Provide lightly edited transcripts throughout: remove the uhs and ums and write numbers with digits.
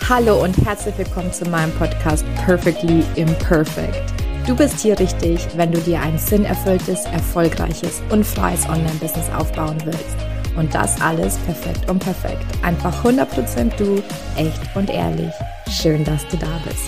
Hallo und herzlich willkommen zu meinem Podcast Perfectly Imperfect. Du bist hier richtig, wenn du dir ein sinnerfülltes, erfolgreiches und freies Online-Business aufbauen willst. Und das alles perfekt und perfekt. Einfach 100% du, echt und ehrlich. Schön, dass du da bist.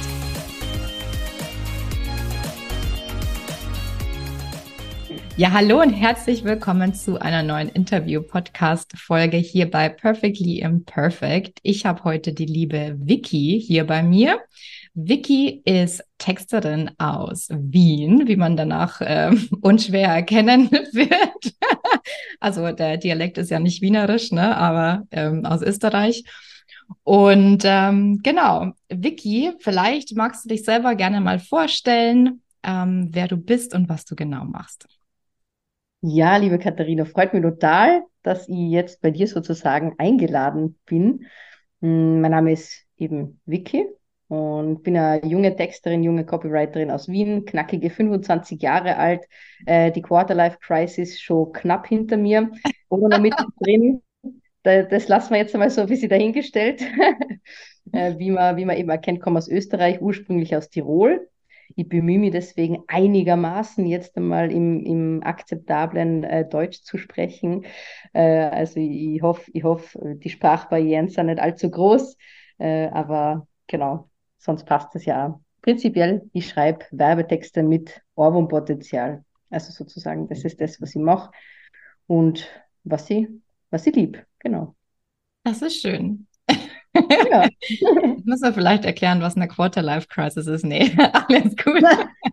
Ja, hallo und herzlich willkommen zu einer neuen Interview-Podcast-Folge hier bei Perfectly Imperfect. Ich habe heute die liebe Vicky hier bei mir. Vicky ist Texterin aus Wien, wie man danach unschwer erkennen wird. Also der Dialekt ist ja nicht wienerisch, ne, aber aus Österreich. Und genau, Vicky, vielleicht magst du dich selber gerne mal vorstellen, wer du bist und was du genau machst. Ja, liebe Katharina, freut mich total, dass ich jetzt bei dir sozusagen eingeladen bin. Mein Name ist eben Vicky und bin eine junge Texterin, junge Copywriterin aus Wien, knackige 25 Jahre alt, die Quarterlife Crisis schon knapp hinter mir oder noch mittendrin. Das lassen wir jetzt einmal so ein bisschen dahingestellt. Wie man eben erkennt, komme aus Österreich, ursprünglich aus Tirol. Ich bemühe mich deswegen einigermaßen jetzt einmal im akzeptablen Deutsch zu sprechen. Also ich hoffe, die Sprachbarrieren sind nicht allzu groß, aber genau, sonst passt es ja. Prinzipiell, ich schreibe Werbetexte mit Ohrwurmpotenzial. Also sozusagen, das ist das, was ich mache und was ich, was ich lieb. Genau. Das ist schön. Ja. Jetzt müssen wir vielleicht erklären, was eine Quarter-Life-Crisis ist. Nee, alles gut.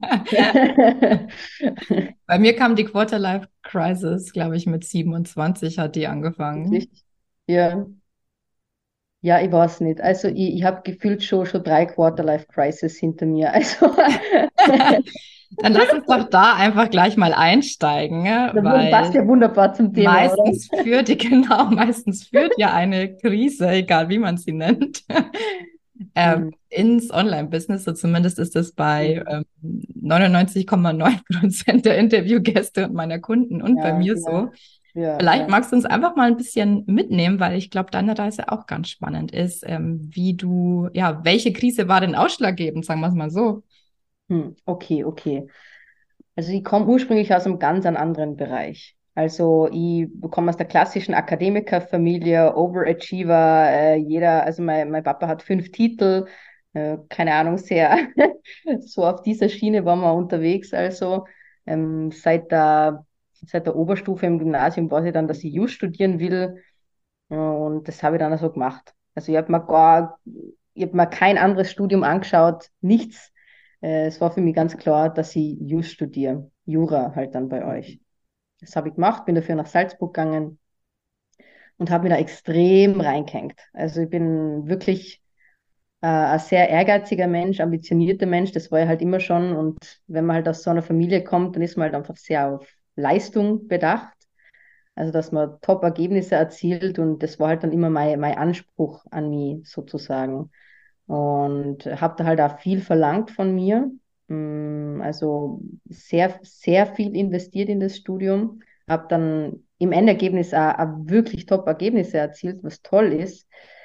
Bei mir kam die Quarter-Life-Crisis, glaube ich, mit 27 hat die angefangen. Wirklich. Ja. Ja, ich weiß nicht. Also ich habe gefühlt schon drei Quarter-Life-Crisis hinter mir. Also Dann lass uns doch da einfach gleich mal einsteigen, ne? das passt Weil ja wunderbar zum Thema, oder? meistens führt ja eine Krise, egal wie man sie nennt, Mhm. ins Online-Business. So zumindest ist das bei Mhm. 99,9% der Interviewgäste und meiner Kunden und bei Ja, mir ja, so. ja, Vielleicht ja. magst du uns einfach mal ein bisschen mitnehmen, weil ich glaube, deine Reise auch ganz spannend ist, wie du, ja, welche Krise war denn ausschlaggebend, sagen wir es mal so. Okay, okay. Also ich komme ursprünglich aus einem ganz anderen Bereich. Also ich komme aus der klassischen Akademikerfamilie, Overachiever, also mein Papa hat 5 Titel, keine Ahnung, sehr so auf dieser Schiene waren wir unterwegs. Also ähm, seit der, seit der Oberstufe im Gymnasium weiß ich dann, dass ich Jus studieren will, und das habe ich dann also gemacht. Also ich habe mir kein anderes Studium angeschaut, nichts. Es war für mich ganz klar, dass ich Jus studiere, Jura halt dann bei euch. Das habe ich gemacht, bin dafür nach Salzburg gegangen und habe mich da extrem reingehängt. Also ich bin wirklich ein sehr ehrgeiziger Mensch, ambitionierter Mensch, das war ich halt immer schon. Und wenn man halt aus so einer Familie kommt, dann ist man halt einfach sehr auf Leistung bedacht. Also, dass man Top-Ergebnisse erzielt, und das war halt dann immer mein Anspruch an mich sozusagen. Und habe da halt auch viel verlangt von mir. Also sehr, sehr viel investiert in das Studium. Habe dann im Endergebnis auch wirklich Top-Ergebnisse erzielt, was toll ist.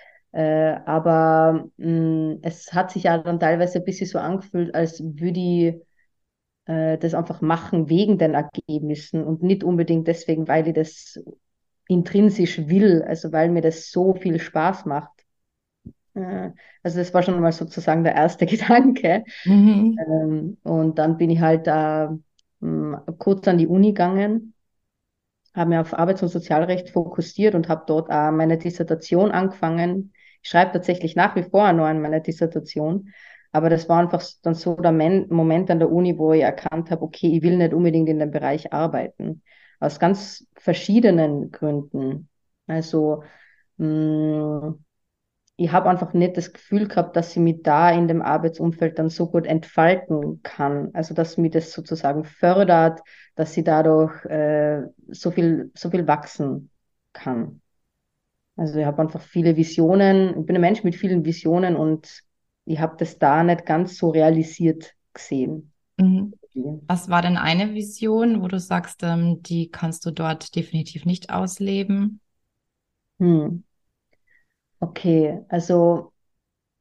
Aber es hat sich ja dann teilweise ein bisschen so angefühlt, als würde ich das einfach machen wegen den Ergebnissen und nicht unbedingt deswegen, weil ich das intrinsisch will, also weil mir das so viel Spaß macht. Also das war schon mal sozusagen der erste Gedanke. Mhm. Und dann bin ich halt kurz an die Uni gegangen, habe mich auf Arbeits- und Sozialrecht fokussiert und habe dort auch meine Dissertation angefangen. Ich schreibe tatsächlich nach wie vor noch an meiner Dissertation, aber das war einfach dann so der Moment an der Uni, wo ich erkannt habe, okay, ich will nicht unbedingt in dem Bereich arbeiten. Aus ganz verschiedenen Gründen. Also mh, ich habe einfach nicht das Gefühl gehabt, dass ich mich da in dem Arbeitsumfeld dann so gut entfalten kann. Also dass mir das sozusagen fördert, dass sie dadurch so viel wachsen kann. Also ich habe einfach viele Visionen. Ich bin ein Mensch mit vielen Visionen, und ich habe das da nicht ganz so realisiert gesehen. Mhm. Was war denn eine Vision, wo du sagst, die kannst du dort definitiv nicht ausleben? Hm. Okay, also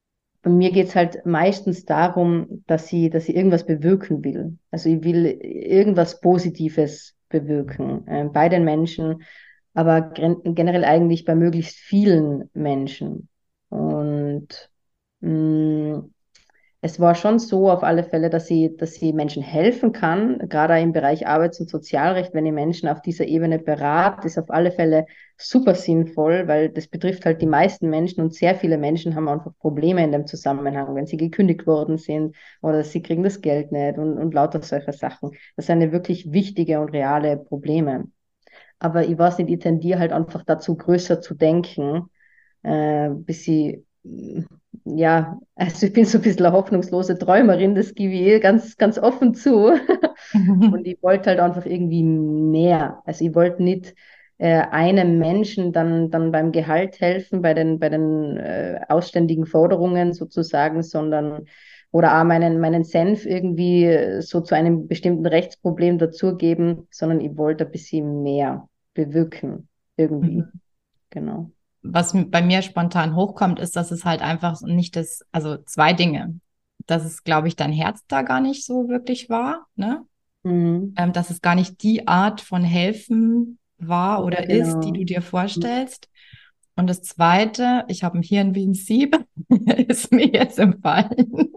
bei mir geht es halt meistens darum, dass ich irgendwas bewirken will. Also ich will irgendwas Positives bewirken, bei den Menschen, aber generell eigentlich bei möglichst vielen Menschen. Und mh, es war schon so auf alle Fälle, dass sie Menschen helfen kann, gerade im Bereich Arbeits- und Sozialrecht, wenn ich Menschen auf dieser Ebene berate, ist auf alle Fälle super sinnvoll, weil das betrifft halt die meisten Menschen und sehr viele Menschen haben einfach Probleme in dem Zusammenhang, wenn sie gekündigt worden sind oder sie kriegen das Geld nicht und lauter solche Sachen. Das sind ja wirklich wichtige und reale Probleme. Aber ich weiß nicht, ich tendiere halt einfach dazu, größer zu denken, bis sie, ja, also ich bin so ein bisschen eine hoffnungslose Träumerin, das gebe ich ganz, ganz offen zu. Und ich wollte halt einfach irgendwie mehr. Also ich wollte nicht einem Menschen dann beim Gehalt helfen, bei den ausständigen Forderungen sozusagen, sondern oder auch meinen Senf irgendwie so zu einem bestimmten Rechtsproblem dazugeben, sondern ich wollte ein bisschen mehr bewirken, irgendwie. Genau. Was bei mir spontan hochkommt, ist, dass es halt einfach nicht also zwei Dinge. Dass es, glaube ich, dein Herz da gar nicht so wirklich war, ne? Mhm. Dass es gar nicht die Art von Helfen war Ja, oder ist, die du genau. dir Mhm. vorstellst. Und das Zweite, ich habe ein Hirn wie ein Sieb, ist mir jetzt empfallen.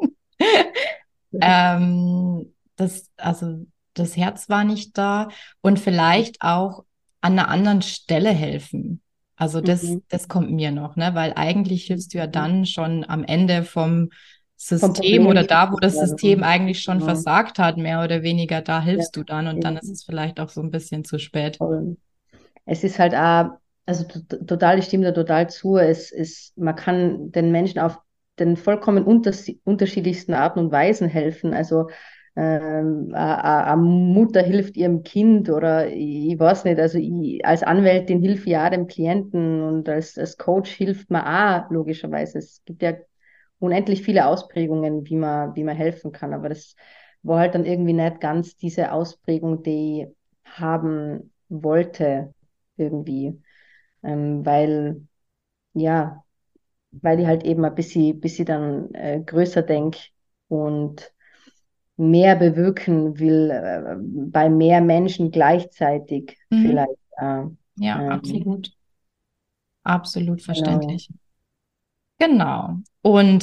Also das Herz war nicht da und vielleicht auch an einer anderen Stelle helfen. Also Mhm. das kommt mir noch, ne? Weil eigentlich hilfst du ja Mhm. dann schon am Ende vom Vom System Problem oder da, wo das System sozusagen. eigentlich schon Genau. versagt hat, mehr oder weniger, da Ja, hilfst du dann und dann ist eben. es vielleicht auch so ein bisschen zu spät. Voll. Es ist halt auch, also total, ich stimme da total zu. Man kann den Menschen auf den vollkommen unterschiedlichsten Arten und Weisen helfen. Also eine Mutter hilft ihrem Kind oder ich weiß nicht, also ich, als Anwältin hilfe ich auch dem Klienten und als Coach hilft man auch logischerweise. Es gibt ja unendlich viele Ausprägungen, wie man helfen kann, aber das war halt dann irgendwie nicht ganz diese Ausprägung, die ich haben wollte irgendwie, weil, ja, weil ich halt eben ein bisschen dann größer denke und mehr bewirken will, bei mehr Menschen gleichzeitig Mhm. vielleicht. Ja, Ähm, absolut. Absolut genau. verständlich. Genau. Und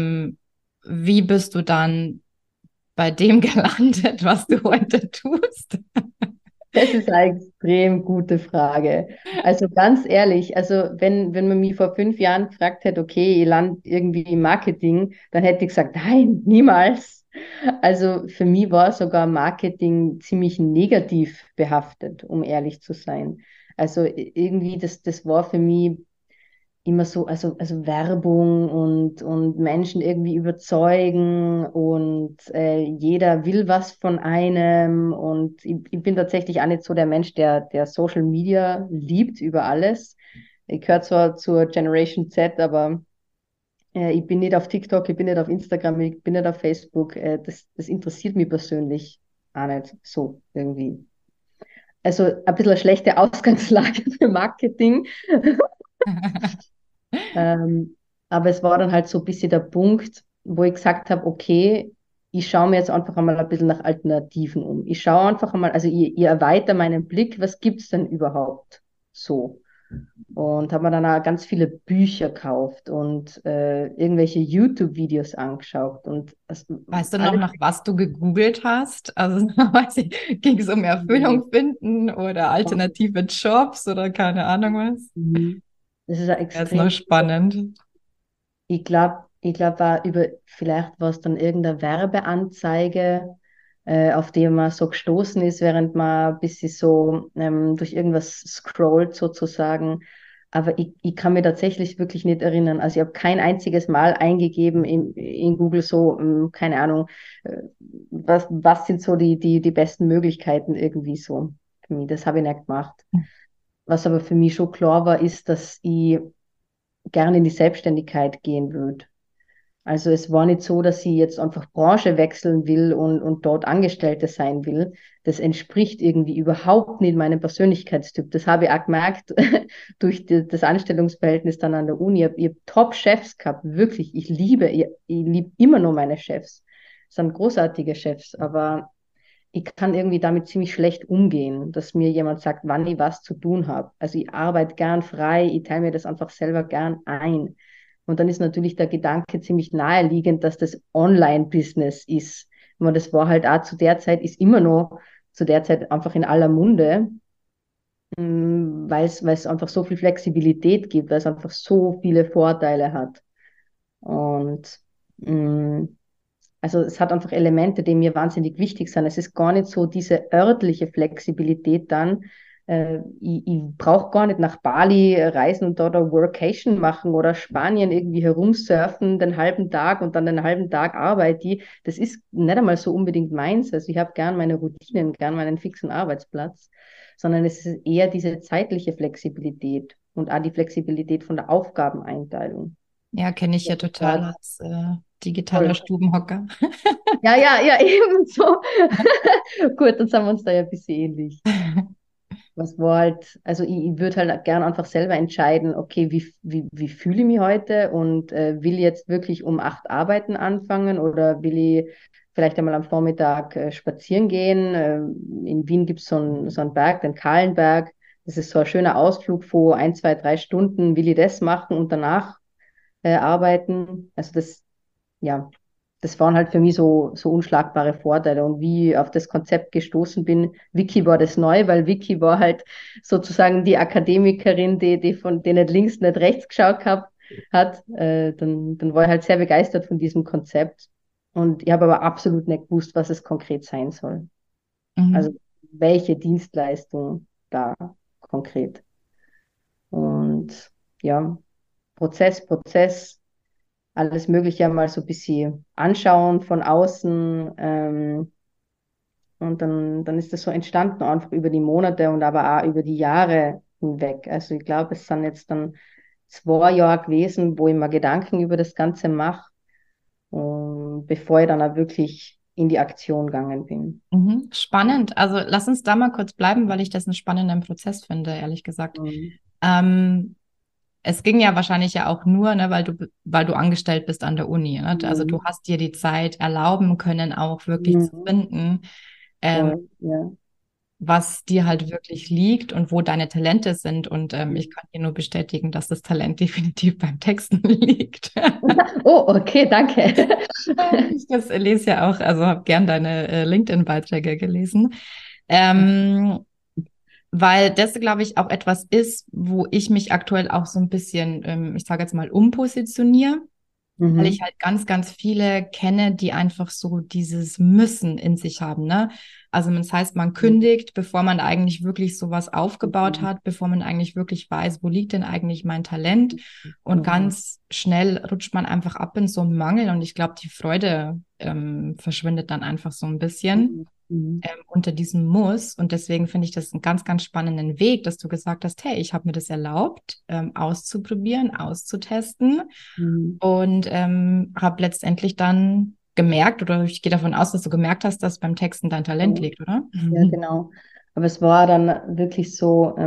wie bist du dann bei dem gelandet, was du heute tust? Das ist eine extrem gute Frage. Also ganz ehrlich, also wenn man mich vor 5 Jahren gefragt hätte, okay, ich lande irgendwie im Marketing, dann hätte ich gesagt, nein, niemals. Also für mich war sogar Marketing ziemlich negativ behaftet, um ehrlich zu sein. Also irgendwie, das war für mich immer so, also Werbung und Menschen irgendwie überzeugen und jeder will was von einem und ich bin tatsächlich auch nicht so der Mensch, der Social Media liebt über alles. Ich gehöre zwar zur Generation Z, aber ich bin nicht auf TikTok, ich bin nicht auf Instagram, ich bin nicht auf Facebook. Das interessiert mich persönlich auch nicht so irgendwie. Also ein bisschen eine schlechte Ausgangslage für Marketing. Ähm, aber es war dann halt so ein bisschen der Punkt, wo ich gesagt habe, okay, ich schaue mir jetzt einfach einmal ein bisschen nach Alternativen um. Ich schaue einfach einmal, also ich erweitere meinen Blick, was gibt es denn überhaupt so? Und habe mir dann auch ganz viele Bücher gekauft und irgendwelche YouTube-Videos angeschaut und Weißt du noch, alles. nach was du gegoogelt hast? Also, weiß ich, ging es um Erfüllung finden oder alternative Jobs oder keine Ahnung was? Mhm. Das ist ja Wäre jetzt noch extrem. spannend. Ich glaube, vielleicht war es dann irgendeine Werbeanzeige, auf die man so gestoßen ist, während man ein bisschen so durch irgendwas scrollt sozusagen. Aber ich kann mir tatsächlich wirklich nicht erinnern. Also ich habe kein einziges Mal eingegeben in Google so, keine Ahnung, äh, was sind so die besten Möglichkeiten irgendwie so für mich. Das habe ich nicht gemacht. Was aber für mich schon klar war, ist, dass ich gerne in die Selbstständigkeit gehen würde. Also es war nicht so, dass sie jetzt einfach Branche wechseln will und dort Angestellte sein will. Das entspricht irgendwie überhaupt nicht meinem Persönlichkeitstyp. Das habe ich auch gemerkt durch das Anstellungsverhältnis dann an der Uni. Ich hab Top-Chefs gehabt, wirklich. Ich liebe immer noch meine Chefs. Das sind großartige Chefs, aber ich kann irgendwie damit ziemlich schlecht umgehen, dass mir jemand sagt, wann ich was zu tun habe. Also ich arbeite gern frei, ich teile mir das einfach selber gern ein. Und dann ist natürlich der Gedanke ziemlich naheliegend, dass das Online-Business ist. Und das war halt auch zu der Zeit, ist immer noch zu der Zeit einfach in aller Munde, weil es einfach so viel Flexibilität gibt, weil es einfach so viele Vorteile hat. Und mh, also es hat einfach Elemente, die mir wahnsinnig wichtig sind. Es ist gar nicht so diese örtliche Flexibilität dann. Ich brauche gar nicht nach Bali reisen und dort eine Workation machen oder Spanien irgendwie herumsurfen den halben Tag und dann den halben Tag arbeite ich. Das ist nicht einmal so unbedingt meins. Also ich habe gern meine Routinen, gern meinen fixen Arbeitsplatz, sondern es ist eher diese zeitliche Flexibilität und auch die Flexibilität von der Aufgabeneinteilung. Ja, kenne ich ja total Ja, als digitaler voll. Stubenhocker. Ja, ja, ja, ebenso. Gut, dann sind wir uns da ja ein bisschen ähnlich. Was war halt, also ich würde halt gern einfach selber entscheiden, okay, wie fühle ich mich heute und will ich jetzt wirklich um 8 arbeiten anfangen oder will ich vielleicht einmal am Vormittag spazieren gehen? In Wien gibt es so einen Berg, den Kahlenberg. Das ist so ein schöner Ausflug von 1, 2, 3 Stunden. Will ich das machen und danach arbeiten? Also das, ja, das waren halt für mich so unschlagbare Vorteile. Und wie ich auf das Konzept gestoßen bin, Vicky war das neu, weil Vicky war halt sozusagen die Akademikerin, die von der nicht links, nicht rechts geschaut hat. Dann war ich halt sehr begeistert von diesem Konzept. Und ich habe aber absolut nicht gewusst, was es konkret sein soll. Also Mhm. welche Dienstleistung da konkret. Und ja, Prozess, alles Mögliche mal so ein bisschen anschauen von außen. Und dann ist das so entstanden, einfach über die Monate und aber auch über die Jahre hinweg. Also ich glaube, es sind jetzt dann 2 Jahre gewesen, wo ich mir Gedanken über das Ganze mache, bevor ich dann auch wirklich in die Aktion gegangen bin. Mhm. Spannend. Also lass uns da mal kurz bleiben, weil ich das einen spannenden Prozess finde, ehrlich gesagt. Mhm. Ähm, Es ging ja wahrscheinlich ja auch nur, ne, weil du angestellt bist an der Uni. Ne? Also du Mhm. hast dir die Zeit erlauben können, auch wirklich zu Mhm. finden, ähm, Voll, ja. was dir halt wirklich liegt und wo deine Talente sind. Und ich kann dir nur bestätigen, dass das Talent definitiv beim Texten liegt. Oh, okay, danke. Ich das lese ja auch, also habe gern deine LinkedIn-Beiträge gelesen. Ähm, Weil das, glaube ich, auch etwas ist, wo ich mich aktuell auch so ein bisschen, ich sage jetzt mal, umpositioniere, weil ich Mhm. halt ganz, ganz viele kenne, die einfach so dieses Müssen in sich haben, ne? Also das heißt, man kündigt, bevor man eigentlich wirklich sowas aufgebaut Mhm. hat, bevor man eigentlich wirklich weiß, wo liegt denn eigentlich mein Talent? Und Mhm. ganz schnell rutscht man einfach ab in so einen Mangel und ich glaube, die Freude verschwindet dann einfach so ein bisschen Mhm. Mhm. unter diesem Muss. Und deswegen finde ich das einen ganz, ganz spannenden Weg, dass du gesagt hast, hey, ich habe mir das erlaubt, auszuprobieren, auszutesten Mhm. und habe letztendlich dann gemerkt, oder ich gehe davon aus, dass du gemerkt hast, dass beim Texten dein Talent Mhm. liegt, oder? Ja, genau. Aber es war dann wirklich so,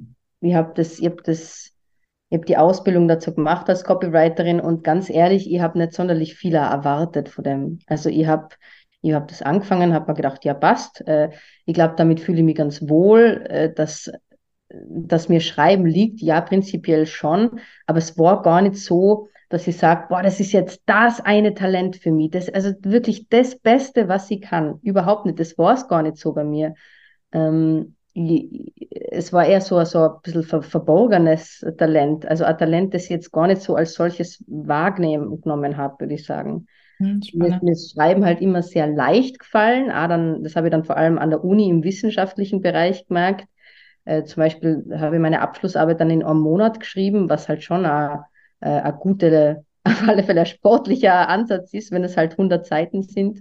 ich habe die Ausbildung dazu gemacht als Copywriterin und ganz ehrlich, ich habe nicht sonderlich viel erwartet von dem. Also ich hab das angefangen, habe mir gedacht, ja, passt. Ich glaube, damit fühle ich mich ganz wohl, dass mir Schreiben liegt, ja, prinzipiell schon, aber es war gar nicht so, dass ich sage, boah, das ist jetzt das eine Talent für mich. Das, also wirklich das Beste, was ich kann. Überhaupt nicht. Das war es gar nicht so bei mir. Es war eher so ein bisschen verborgenes Talent. Also ein Talent, das ich jetzt gar nicht so als solches wahrgenommen habe, würde ich sagen. Mir Spannend. ist Schreiben halt immer sehr leicht gefallen. Das habe ich dann vor allem an der Uni im wissenschaftlichen Bereich gemerkt. Zum Beispiel habe ich meine Abschlussarbeit dann in einem Monat geschrieben, was halt schon ein gute, auf alle Fälle ein sportlicher Ansatz ist, wenn es halt 100 Seiten sind.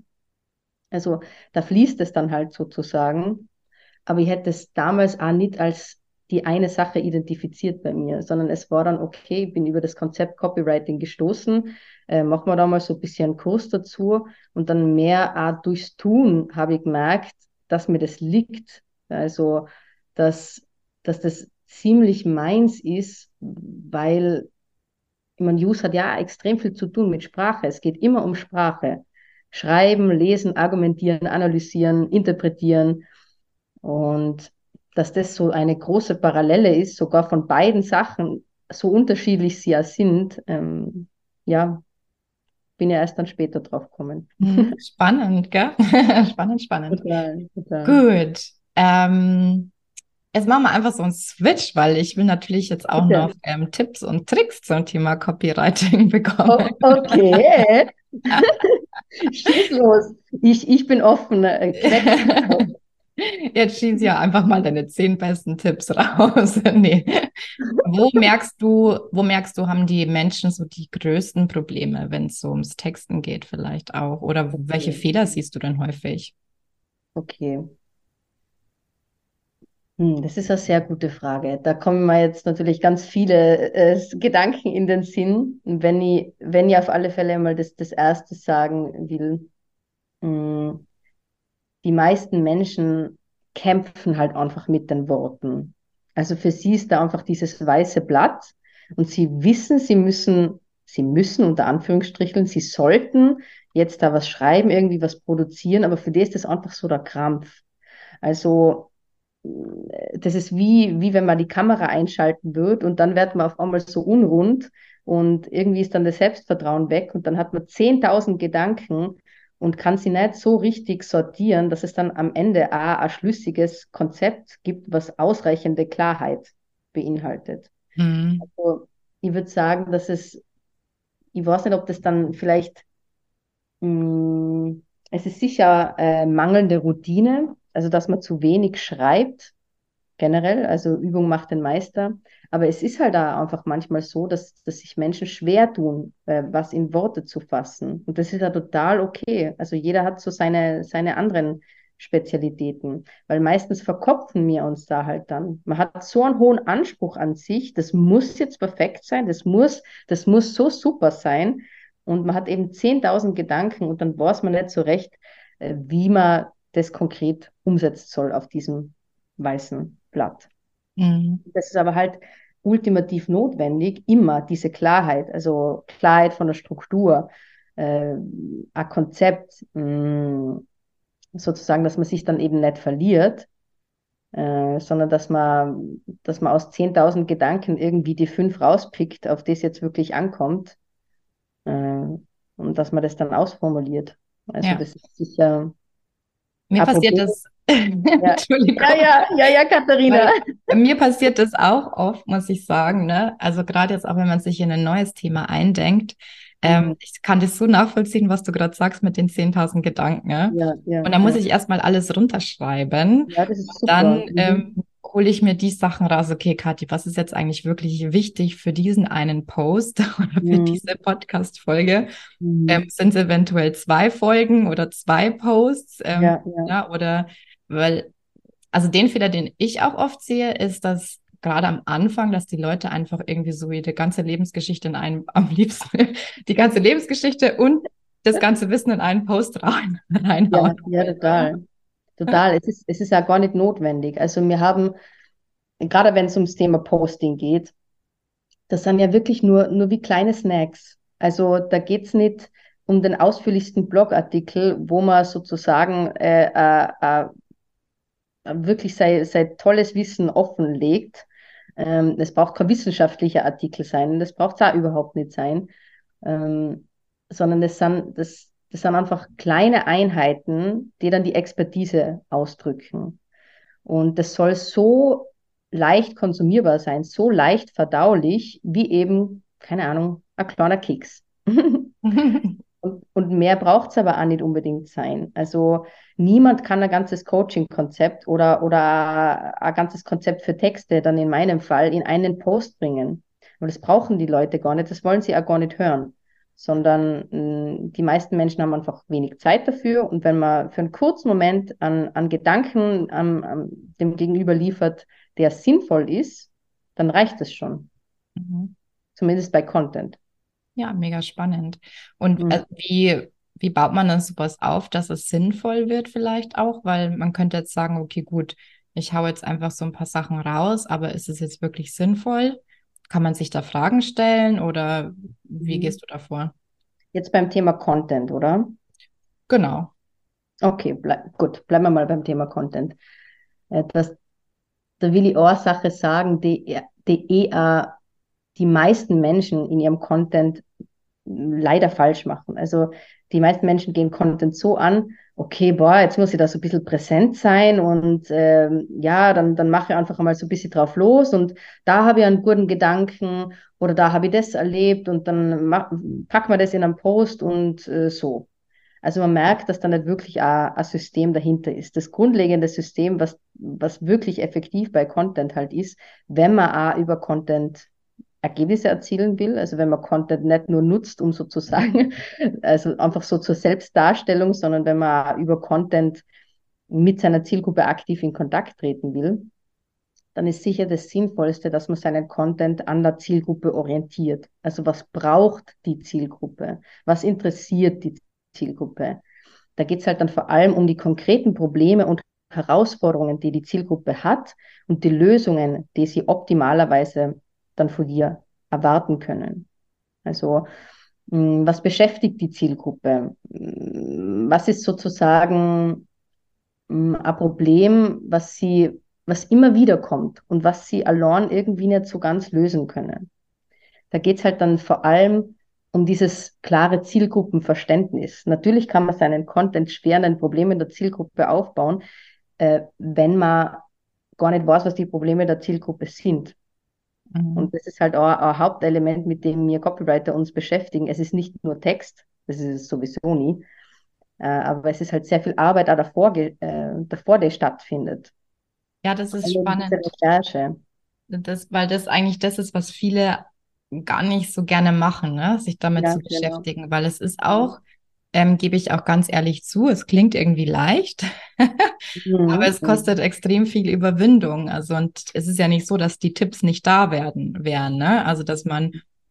Also da fließt es dann halt sozusagen. Aber ich hätte es damals auch nicht als die eine Sache identifiziert bei mir, sondern es war dann, okay, ich bin über das Konzept Copywriting gestoßen, machen wir da mal so ein bisschen einen Kurs dazu und dann mehr auch durchs Tun habe ich gemerkt, dass mir das liegt. Also, dass das ziemlich meins ist, weil ich meine, Use hat ja extrem viel zu tun mit Sprache. Es geht immer um Sprache. Schreiben, lesen, argumentieren, analysieren, interpretieren. Und dass das so eine große Parallele ist, sogar von beiden Sachen, so unterschiedlich sie ja sind, ja, bin ja erst dann später drauf gekommen. Spannend, gell? Spannend, spannend. Total, total. Gut. Jetzt machen wir einfach so einen Switch, weil ich will natürlich jetzt auch noch Bitte. Tipps und Tricks zum Thema Copywriting bekommen. Okay, schieß los. Ich bin offen. Quetsch. Jetzt schieß ja einfach mal deine 10 besten Tipps raus. Nee. Wo merkst du, haben die Menschen so die größten Probleme, wenn es so ums Texten geht, vielleicht auch? Oder welche Okay. Fehler siehst du denn häufig? Okay. Das ist eine sehr gute Frage. Da kommen mir jetzt natürlich ganz viele Gedanken in den Sinn. Und wenn ich auf alle Fälle mal das Erste sagen will, mh, die meisten Menschen kämpfen halt einfach mit den Worten. Also für sie ist da einfach dieses weiße Blatt und sie wissen, sie müssen unter Anführungsstrichen, sie sollten jetzt da was schreiben, irgendwie was produzieren, aber für die ist das einfach so der Krampf. Also das ist wie wenn man die Kamera einschalten wird und dann wird man auf einmal so unrund und irgendwie ist dann das Selbstvertrauen weg und dann hat man 10.000 Gedanken und kann sie nicht so richtig sortieren, dass es dann am Ende auch ein schlüssiges Konzept gibt, was ausreichende Klarheit beinhaltet. Mhm. Also ich würde sagen, ich weiß nicht, ob das dann vielleicht, mh, es ist sicher mangelnde Routine, also dass man zu wenig schreibt generell, also Übung macht den Meister. Aber es ist halt da einfach manchmal so, dass sich Menschen schwer tun, was in Worte zu fassen. Und das ist ja total okay. Also jeder hat so seine anderen Spezialitäten, weil meistens verkopfen wir uns da halt dann. Man hat so einen hohen Anspruch an sich, das muss jetzt perfekt sein, das muss so super sein. Und man hat eben 10.000 Gedanken und dann weiß man nicht so recht, wie man das konkret umsetzen soll auf diesem weißen Blatt. Mhm. Das ist aber halt ultimativ notwendig, immer diese Klarheit, also Klarheit von der Struktur, ein Konzept, sozusagen, dass man sich dann eben nicht verliert, sondern dass man aus 10.000 Gedanken irgendwie die 5 rauspickt, auf das jetzt wirklich ankommt, äh, und dass man das dann ausformuliert. Also Ja, das ist sicher mir ein passiert Problem. das, Ja, ja, Entschuldigung, ja, ja, ja, Katharina. weil mir passiert das auch oft, muss ich sagen, ne? Also gerade jetzt auch, wenn man sich in ein neues Thema eindenkt, Mhm. ich kann das so nachvollziehen, was du gerade sagst mit den 10.000 Gedanken, ne? Ja, ja, Und da muss ja. ich erstmal alles runterschreiben. Ja, das ist Dann super. Mhm. hole ich mir die Sachen raus. Okay, Kathi, was ist jetzt eigentlich wirklich wichtig für diesen einen Post oder für Mhm. diese Podcast-Folge? Mhm. Sind es eventuell 2 Folgen oder 2 Posts? Ja, ja, Ja, oder weil, also den Fehler, den ich auch oft sehe, ist, dass gerade am Anfang, dass die Leute einfach irgendwie so ihre ganze Lebensgeschichte in einen, am liebsten die ganze Lebensgeschichte und das ganze Wissen in einen Post reinhauen ja, ja, wollen. Ne? total. Total. Es ist ja gar nicht notwendig. Also wir haben, gerade wenn es ums Thema Posting geht, das sind ja wirklich nur wie kleine Snacks. Also da geht es nicht um den ausführlichsten Blogartikel, wo man sozusagen wirklich sein tolles Wissen offenlegt. Das braucht kein wissenschaftlicher Artikel sein, das braucht es auch überhaupt nicht sein, ähm, sondern das sind einfach kleine Einheiten, die dann die Expertise ausdrücken. Und das soll so leicht konsumierbar sein, so leicht verdaulich, wie eben, keine Ahnung, ein kleiner Keks. Und mehr braucht es aber auch nicht unbedingt sein. Also niemand kann ein ganzes Coaching-Konzept oder ein ganzes Konzept für Texte, dann in meinem Fall, in einen Post bringen. Und das brauchen die Leute gar nicht, das wollen sie auch gar nicht hören. sondern die meisten Menschen haben einfach wenig Zeit dafür. Und wenn man für einen kurzen Moment an Gedanken dem Gegenüber liefert, der sinnvoll ist, dann reicht es schon. Mhm. Zumindest bei Content. Ja, mega spannend. Und Mhm. wie baut man dann sowas auf, dass es sinnvoll wird vielleicht auch? Weil man könnte jetzt sagen, okay, gut, ich hau jetzt einfach so ein paar Sachen raus, aber ist es jetzt wirklich sinnvoll? Kann man sich da Fragen stellen oder wie Mhm. gehst du da vor? Jetzt beim Thema Content, oder? Genau. Okay, gut, bleiben wir mal beim Thema Content. Das, da will ich eine Sache sagen, die eher die meisten Menschen in ihrem Content leider falsch machen. Also die meisten Menschen gehen Content so an, okay, boah, jetzt muss ich da so ein bisschen präsent sein und ja, dann mache ich einfach einmal so ein bisschen drauf los und da habe ich einen guten Gedanken oder da habe ich das erlebt und dann packen wir das in einen Post und so. Also man merkt, dass da nicht wirklich ein System dahinter ist. Das grundlegende System, was wirklich effektiv bei Content halt ist, wenn man auch über Content Ergebnisse erzielen will, also wenn man Content nicht nur nutzt, um sozusagen, also einfach so zur Selbstdarstellung, sondern wenn man über Content mit seiner Zielgruppe aktiv in Kontakt treten will, dann ist sicher das Sinnvollste, dass man seinen Content an der Zielgruppe orientiert. Also was braucht die Zielgruppe? Was interessiert die Zielgruppe? Da geht es halt dann vor allem um die konkreten Probleme und Herausforderungen, die die Zielgruppe hat und die Lösungen, die sie optimalerweise dann von dir erwarten können. Also, was beschäftigt die Zielgruppe? Was ist sozusagen ein Problem, was immer wieder kommt und was sie allein irgendwie nicht so ganz lösen können? Da geht es halt dann vor allem um dieses klare Zielgruppenverständnis. Natürlich kann man seinen Content schwer an den Problemen der Zielgruppe aufbauen, wenn man gar nicht weiß, was die Probleme der Zielgruppe sind. Mhm. Und das ist halt auch ein Hauptelement, mit dem wir Copywriter uns beschäftigen. Es ist nicht nur Text, das ist es sowieso nie, aber es ist halt sehr viel Arbeit auch davor, die stattfindet. Ja, das ist Also diese spannend. Recherche. Weil das eigentlich das ist, was viele gar nicht so gerne machen, ne? Sich damit Ja, zu genau. beschäftigen, weil es ist auch, gebe ich auch ganz ehrlich zu, es klingt irgendwie leicht, aber Mhm. es kostet extrem viel Überwindung. Also, und es ist ja nicht so, dass die Tipps nicht da wären, ne? Also, dass man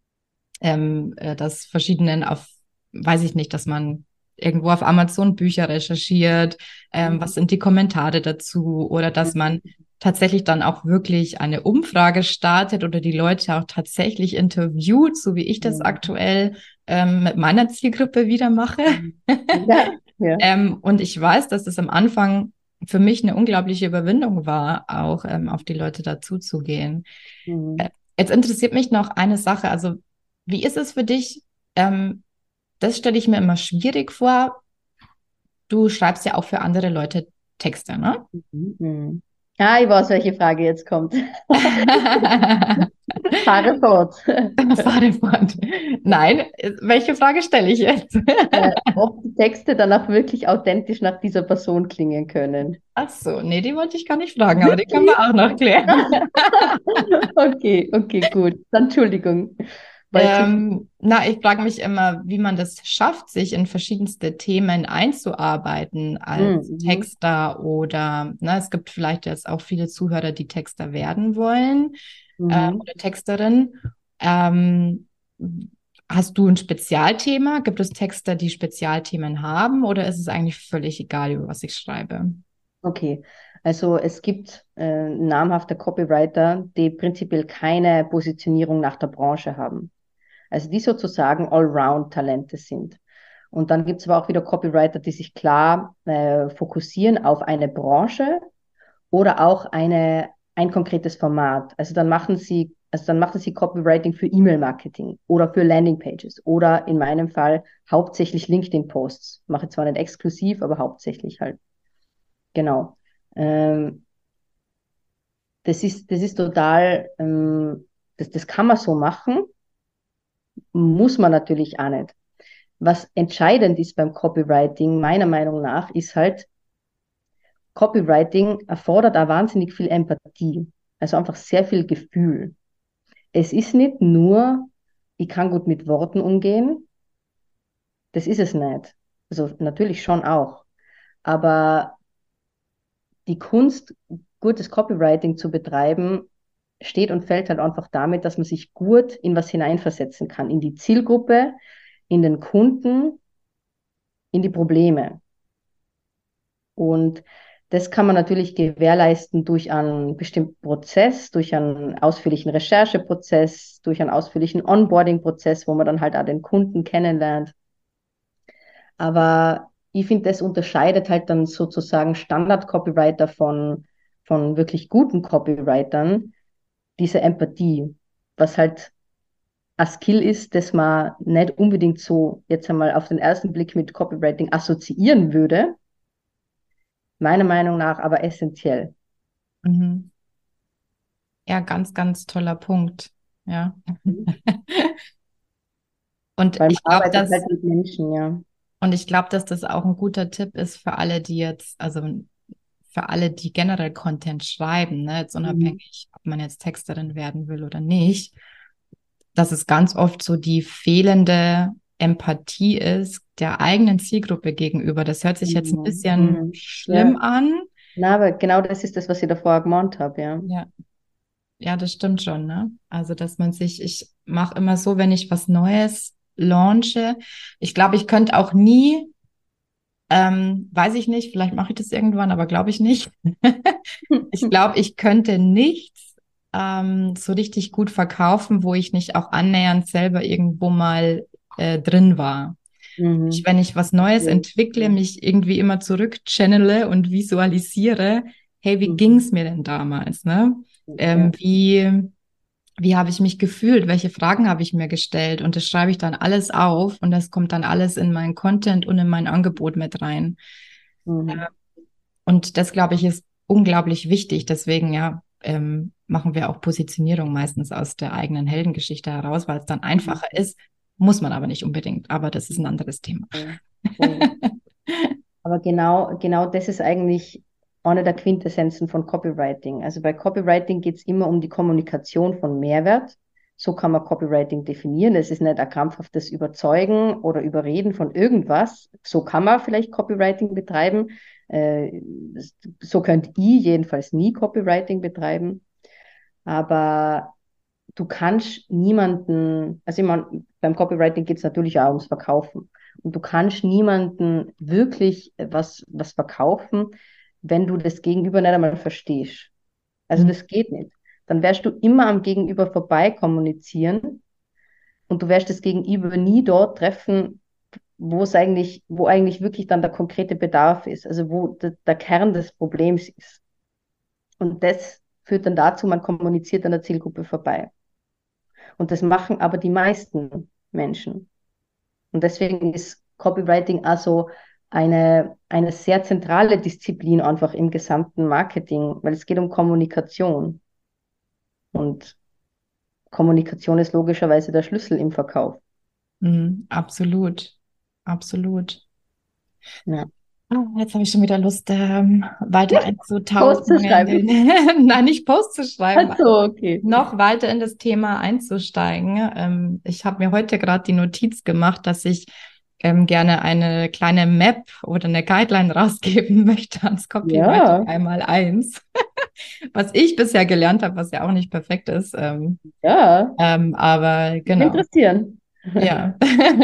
das verschiedenen auf, weiß ich nicht, dass man irgendwo auf Amazon Bücher recherchiert, was sind die Kommentare dazu oder dass man tatsächlich dann auch wirklich eine Umfrage startet oder die Leute auch tatsächlich interviewt, so wie ich das Mhm. aktuell mit meiner Zielgruppe wieder mache. Mhm. Ja, ja. Und ich weiß, dass es am Anfang für mich eine unglaubliche Überwindung war, auch auf die Leute dazuzugehen. Mhm. Jetzt interessiert mich noch eine Sache. Also, wie ist es für dich? Ähm, Das stelle ich mir immer schwierig vor. Du schreibst ja auch für andere Leute Texte, ne? Mhm. Mhm. Ah, ich weiß, welche Frage jetzt kommt. Fahre fort. Fahre fort. Nein, welche Frage stelle ich jetzt? Ob die Texte dann auch wirklich authentisch nach dieser Person klingen können. Ach so, nee, die wollte ich gar nicht fragen, aber die können wir Wirklich? auch noch klären. Okay, okay, gut. Dann Entschuldigung. War ich zu viel? Na, ich frage mich immer, wie man das schafft, sich in verschiedenste Themen einzuarbeiten als Mhm. Texter oder, ne, es gibt vielleicht jetzt auch viele Zuhörer, die Texter werden wollen Mhm. oder Texterin. Ähm, Hast du ein Spezialthema? Gibt es Texter, die Spezialthemen haben oder ist es eigentlich völlig egal, über was ich schreibe? Okay, also es gibt namhafte Copywriter, die prinzipiell keine Positionierung nach der Branche haben. Also die sozusagen Allround-Talente sind. Und dann gibt es aber auch wieder Copywriter, die sich klar fokussieren auf eine Branche oder auch ein konkretes Format. Also dann machen sie Copywriting für E-Mail-Marketing oder für Landingpages oder in meinem Fall hauptsächlich LinkedIn-Posts. Mache zwar nicht exklusiv, aber hauptsächlich halt. Genau. Ähm, das ist total, das kann man so machen, muss man natürlich auch nicht. Was entscheidend ist beim Copywriting, meiner Meinung nach, ist halt, Copywriting erfordert auch wahnsinnig viel Empathie, also einfach sehr viel Gefühl. Es ist nicht nur, ich kann gut mit Worten umgehen, Das ist es nicht. Also natürlich schon auch. Aber die Kunst, gutes Copywriting zu betreiben, steht und fällt halt einfach damit, dass man sich gut in was hineinversetzen kann, in die Zielgruppe, in den Kunden, in die Probleme. Und das kann man natürlich gewährleisten durch einen bestimmten Prozess, durch einen ausführlichen Rechercheprozess, durch einen ausführlichen Onboarding-Prozess, wo man dann halt auch den Kunden kennenlernt. Aber ich finde, das unterscheidet halt dann sozusagen Standard-Copywriter von wirklich guten Copywritern, diese Empathie, was halt ein Skill ist, das man nicht unbedingt so jetzt einmal auf den ersten Blick mit Copywriting assoziieren würde, meiner Meinung nach aber essentiell. Mhm. Ja, ganz, ganz toller Punkt. Ja. Und Weil man ich glaube, arbeitet halt mit Menschen, ja. dass das auch ein guter Tipp ist für alle, die jetzt, also für alle, die generell Content schreiben, ne, jetzt Mhm. unabhängig, ob man jetzt Texterin werden will oder nicht, dass es ganz oft so die fehlende Empathie ist der eigenen Zielgruppe gegenüber. Das hört sich jetzt ein Mhm. bisschen Mhm. schlimm Ja. an. Na, aber genau das ist das, was ich davor gemeint habe, ja. Ja, ja, das stimmt schon, ne? Also, dass man sich, ich mache immer so, wenn ich was Neues launche. Ich glaube, ich könnte auch nie, weiß ich nicht, vielleicht mache ich das irgendwann, aber glaube ich nicht. Ich glaube, ich könnte nichts so richtig gut verkaufen, wo ich nicht auch annähernd selber irgendwo mal drin war. Mhm. Wenn ich was Neues Verstehe. entwickle, Ja. mich irgendwie immer zurückchannele und visualisiere, hey, wie Mhm. ging's mir denn damals, ne? Ja. Wie habe ich mich gefühlt? Welche Fragen habe ich mir gestellt? Und das schreibe ich dann alles auf und das kommt dann alles in meinen Content und in mein Angebot mit rein. Mhm. Und das, glaube ich, ist unglaublich wichtig. Deswegen, ja, machen wir auch Positionierung meistens aus der eigenen Heldengeschichte heraus, weil es dann einfacher Mhm. ist. Muss man aber nicht unbedingt. Aber das ist ein anderes Thema. Voll. Voll. Aber genau das ist eigentlich eine der Quintessenzen von Copywriting. Also bei Copywriting geht es immer um die Kommunikation von Mehrwert. So kann man Copywriting definieren. Es ist nicht ein krampfhaftes Überzeugen oder Überreden von irgendwas. So kann man vielleicht Copywriting betreiben. Äh, so könnte ich jedenfalls nie Copywriting betreiben. Aber du kannst niemanden, also ich meine, beim Copywriting geht es natürlich auch ums Verkaufen. Und du kannst niemanden wirklich was verkaufen, wenn du das Gegenüber nicht einmal verstehst. Also Mhm. das geht nicht. Dann wirst du immer am Gegenüber vorbei kommunizieren und du wirst das Gegenüber nie dort treffen, wo eigentlich wirklich dann der konkrete Bedarf ist, also wo der Kern des Problems ist. Und das führt dann dazu, man kommuniziert an der Zielgruppe vorbei. Und das machen aber die meisten Menschen. Und deswegen ist Copywriting also eine sehr zentrale Disziplin einfach im gesamten Marketing, weil es geht um Kommunikation. Und Kommunikation ist logischerweise der Schlüssel im Verkauf. Mhm. Absolut. Absolut. Ja. Ah, jetzt habe ich schon wieder Lust, weiter Post zu einzutauchen in schreiben. den, nein, nicht Post zu schreiben, Ach so, okay. noch weiter in das Thema einzusteigen. Ich habe mir heute gerade die Notiz gemacht, dass ich gerne eine kleine Map oder eine Guideline rausgeben möchte ans Copywriting Ja, einmal eins, was ich bisher gelernt habe, was ja auch nicht perfekt ist. ja. Aber genau, Interessieren. ja.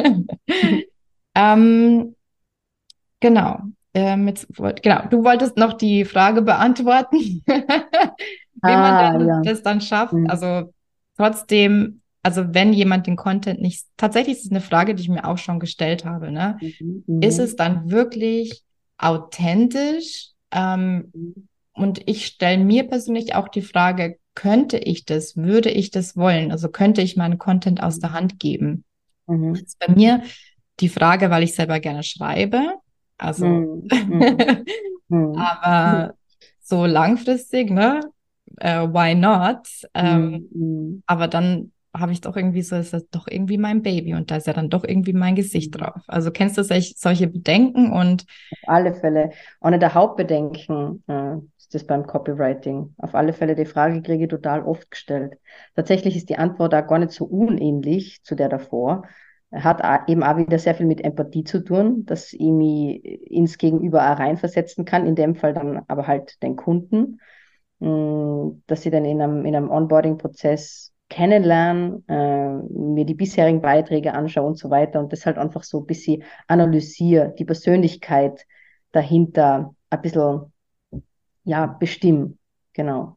ähm, genau. Genau, du wolltest noch die Frage beantworten, wie man Ah, denn ja. das dann schafft. Hm. Also trotzdem, also wenn jemand den Content nicht, tatsächlich ist es eine Frage, die ich mir auch schon gestellt habe, ne? Mhm. Ist es Mhm. dann wirklich authentisch? Und ich stelle mir persönlich auch die Frage, könnte ich das, würde ich das wollen? Also könnte ich meinen Content aus der Hand geben? Das Mhm. ist bei mir die Frage, weil ich selber gerne schreibe. Also, Mhm. Mhm. Mhm. aber so langfristig, ne? Why not? Mhm. Mhm. Aber dann habe ich doch irgendwie so, ist das doch irgendwie mein Baby und da ist ja dann doch irgendwie mein Gesicht Mhm. drauf. Also kennst du solche Bedenken und Auf alle Fälle. Eine der Hauptbedenken ist das beim Copywriting. Auf alle Fälle, die Frage kriege ich total oft gestellt. Tatsächlich ist die Antwort da gar nicht so unähnlich zu der davor. Hat eben auch wieder sehr viel mit Empathie zu tun, dass ich mich ins Gegenüber auch reinversetzen kann, in dem Fall dann aber halt den Kunden, dass ich dann in einem Onboarding-Prozess kennenlerne, mir die bisherigen Beiträge anschaue und so weiter und das halt einfach so ein bisschen analysiere, die Persönlichkeit dahinter ein bisschen, ja, bestimmen. Genau.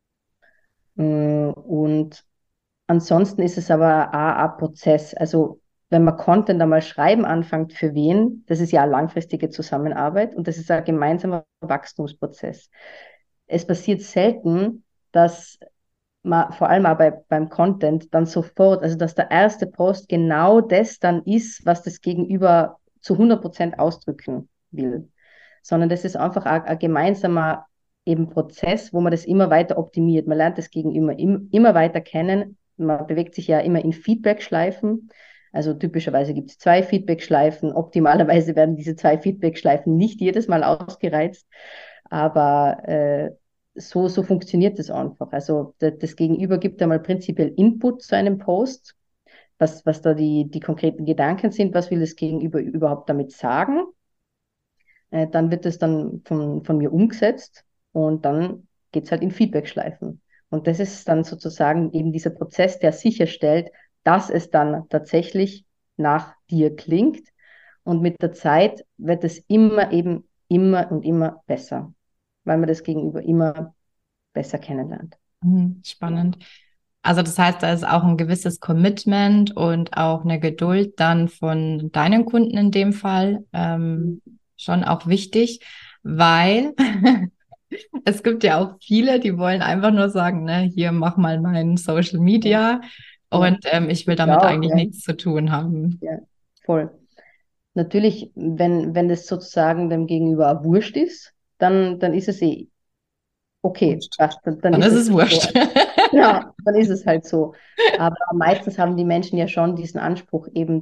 Und ansonsten ist es aber auch ein Prozess. Also wenn man Content einmal schreiben anfängt, für wen, das ist ja eine langfristige Zusammenarbeit und das ist ein gemeinsamer Wachstumsprozess. Es passiert selten, dass man, vor allem auch beim Content, dann sofort, also dass der erste Post genau das dann ist, was das Gegenüber zu 100% ausdrücken will. Sondern das ist einfach ein gemeinsamer eben Prozess, wo man das immer weiter optimiert. Man lernt das Gegenüber immer weiter kennen. Man bewegt sich ja immer in Feedback-Schleifen. Also typischerweise gibt es 2 Feedback-Schleifen. Optimalerweise werden diese 2 Feedback-Schleifen nicht jedes Mal ausgereizt. Aber so funktioniert es einfach. Also das Gegenüber gibt einmal prinzipiell Input zu einem Post, was da die konkreten Gedanken sind, was will das Gegenüber überhaupt damit sagen. Dann wird es dann von mir umgesetzt und dann geht es halt in Feedback-Schleifen. Und das ist dann sozusagen eben dieser Prozess, der sicherstellt, dass es dann tatsächlich nach dir klingt. Und mit der Zeit wird es immer und immer besser, weil man das Gegenüber immer besser kennenlernt. Spannend. Also das heißt, da ist auch ein gewisses Commitment und auch eine Geduld dann von deinen Kunden in dem Fall schon auch wichtig, weil es gibt ja auch viele, die wollen einfach nur sagen, ne, hier mach mal mein Social Ja, Media ja. und ich will Ich damit auch, eigentlich ja. nichts zu tun haben. Ja, voll. Natürlich, wenn das sozusagen dem Gegenüber auch wurscht ist, dann ist es okay, Wurscht. passt, dann Dann ist ist es es halt so. wurscht. Ja, dann ist es halt so. Aber meistens haben die Menschen ja schon diesen Anspruch eben,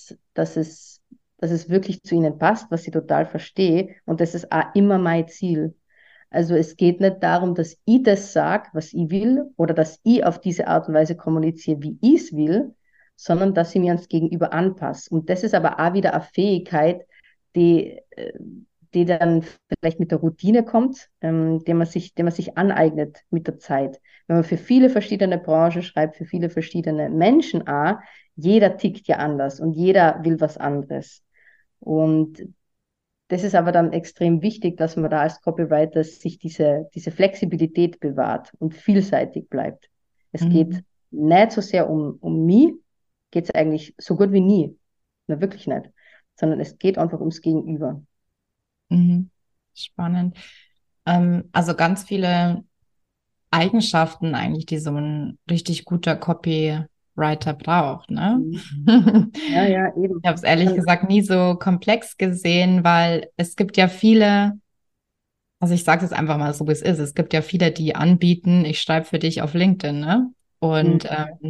dass es wirklich zu ihnen passt, was ich total verstehe. Und das ist auch immer mein Ziel. Also es geht nicht darum, dass ich das sage, was ich will, oder dass ich auf diese Art und Weise kommuniziere, wie ich es will, sondern dass ich mir ans Gegenüber anpasse. Und das ist aber auch wieder eine Fähigkeit, die, die dann vielleicht mit der Routine kommt, die man sich aneignet mit der Zeit. Wenn man für viele verschiedene Branchen schreibt, für viele verschiedene Menschen auch, jeder tickt ja anders und jeder will was anderes. Und das ist aber dann extrem wichtig, dass man da als Copywriter sich diese Flexibilität bewahrt und vielseitig bleibt. Es geht Mhm. nicht so sehr um mich, geht es eigentlich so gut wie nie. Na, wirklich nicht. Sondern es geht einfach ums Gegenüber. Mhm. Spannend. Also ganz viele Eigenschaften eigentlich, die so ein richtig guter Copywriter braucht, ne? Mhm. Ja, ja, eben. Ich habe es ehrlich Dann, gesagt nie so komplex gesehen, weil es gibt ja viele, also ich sage es einfach mal so, wie es ist. Es gibt ja viele, die anbieten, ich schreibe für dich auf LinkedIn, ne? mhm, Und,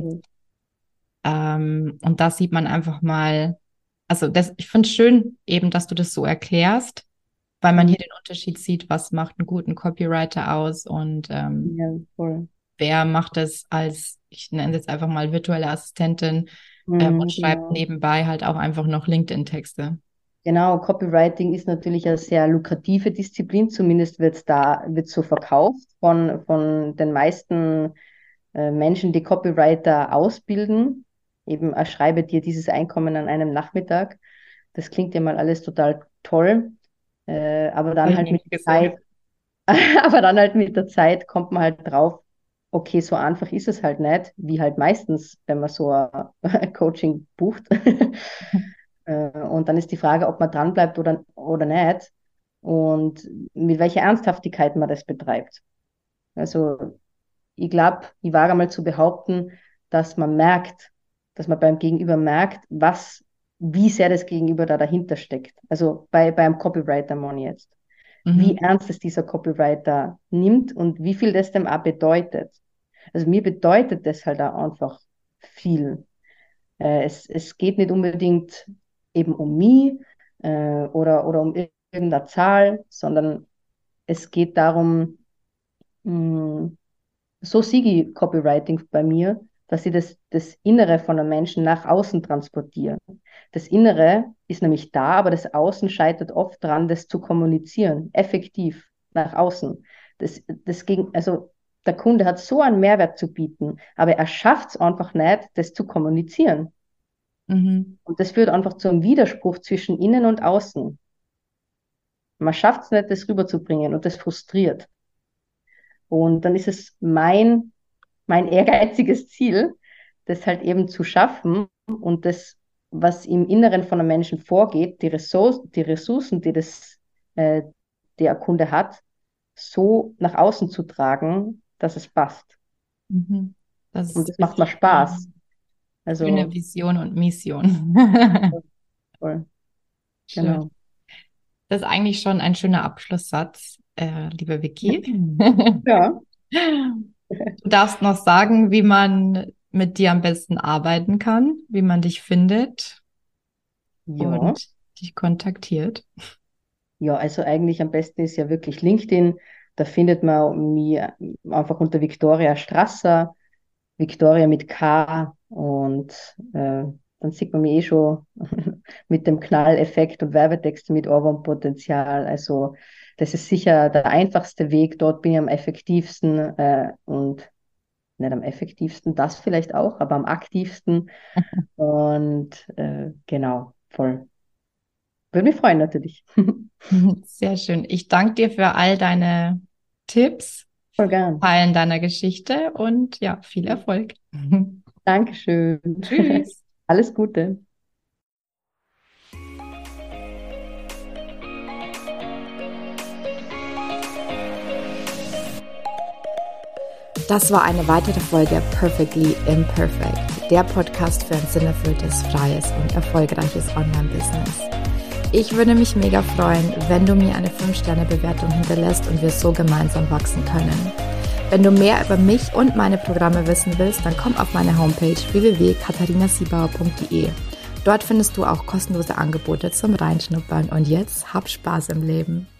und da sieht man einfach mal, also das, ich finde es schön eben, dass du das so erklärst, weil man hier mhm, den Unterschied sieht, was macht einen guten Copywriter aus und ja, voll. wer macht es als, ich nenne es jetzt einfach mal virtuelle Assistentin und Mhm, schreibt genau. nebenbei halt auch einfach noch LinkedIn-Texte. Genau, Copywriting ist natürlich eine sehr lukrative Disziplin, zumindest wird so verkauft von den meisten Menschen, die Copywriter ausbilden. Eben erschreibe dir dieses Einkommen an einem Nachmittag. Das klingt ja mal alles total toll, aber Habe dann ich halt noch mit nicht der gesehen. Zeit, aber dann halt mit der Zeit kommt man halt drauf, okay, so einfach ist es halt nicht, wie halt meistens, wenn man so ein Coaching bucht. Und dann ist die Frage, ob man dranbleibt oder nicht und mit welcher Ernsthaftigkeit man das betreibt. Also ich glaube, ich wage mal zu behaupten, dass man merkt, dass man beim Gegenüber merkt, wie sehr das Gegenüber da dahinter steckt. Also beim Copywriter Mon jetzt. Wie Mhm. ernst es dieser Copywriter nimmt und wie viel das dem auch bedeutet. Also mir bedeutet das halt auch einfach viel. Es geht nicht unbedingt eben um mich oder um irgendeine Zahl, sondern es geht darum, so sehe ich Copywriting bei mir, dass sie das Innere von einem Menschen nach außen transportieren. Das Innere ist nämlich da, aber das Außen scheitert oft daran, das zu kommunizieren, effektiv nach außen. Also der Kunde hat so einen Mehrwert zu bieten, aber er schafft es einfach nicht, das zu kommunizieren. Mhm. Und das führt einfach zu einem Widerspruch zwischen innen und außen. Man schafft es nicht, das rüberzubringen und das frustriert. Und dann ist es mein ehrgeiziges Ziel, das halt eben zu schaffen und das, was im Inneren von einem Menschen vorgeht, die Ressourcen, der Kunde hat, so nach außen zu tragen, dass es passt. Mhm. Das Und ist das macht mir wirklich Spaß. schöne Also, Vision und Mission. voll, Schön. genau. Das ist eigentlich schon ein schöner Abschlusssatz, liebe Vicky. Ja, Du darfst noch sagen, wie man mit dir am besten arbeiten kann, wie man dich findet ja. und dich kontaktiert. Ja, also eigentlich am besten ist ja wirklich LinkedIn. Da findet man mich einfach unter Victoria Strasser, Victoria mit K und dann sieht man mich eh schon mit dem Knalleffekt und Werbetexte mit Ohrwurmpotenzial. Also das ist sicher der einfachste Weg. Dort bin ich am effektivsten und nicht am effektivsten, das vielleicht auch, aber am aktivsten. Und genau, voll. Würde mich freuen natürlich. Sehr schön. Ich danke dir für all deine Tipps, Voll gern. Teilen deiner Geschichte und ja, viel Erfolg. Dankeschön. Tschüss. Alles Gute. Das war eine weitere Folge Perfectly Imperfect, der Podcast für ein sinnerfülltes, freies und erfolgreiches Online-Business. Ich würde mich mega freuen, wenn du mir eine 5-Sterne-Bewertung hinterlässt und wir so gemeinsam wachsen können. Wenn du mehr über mich und meine Programme wissen willst, dann komm auf meine Homepage www.katharinasiebauer.de. Dort findest du auch kostenlose Angebote zum Reinschnuppern und jetzt hab Spaß im Leben.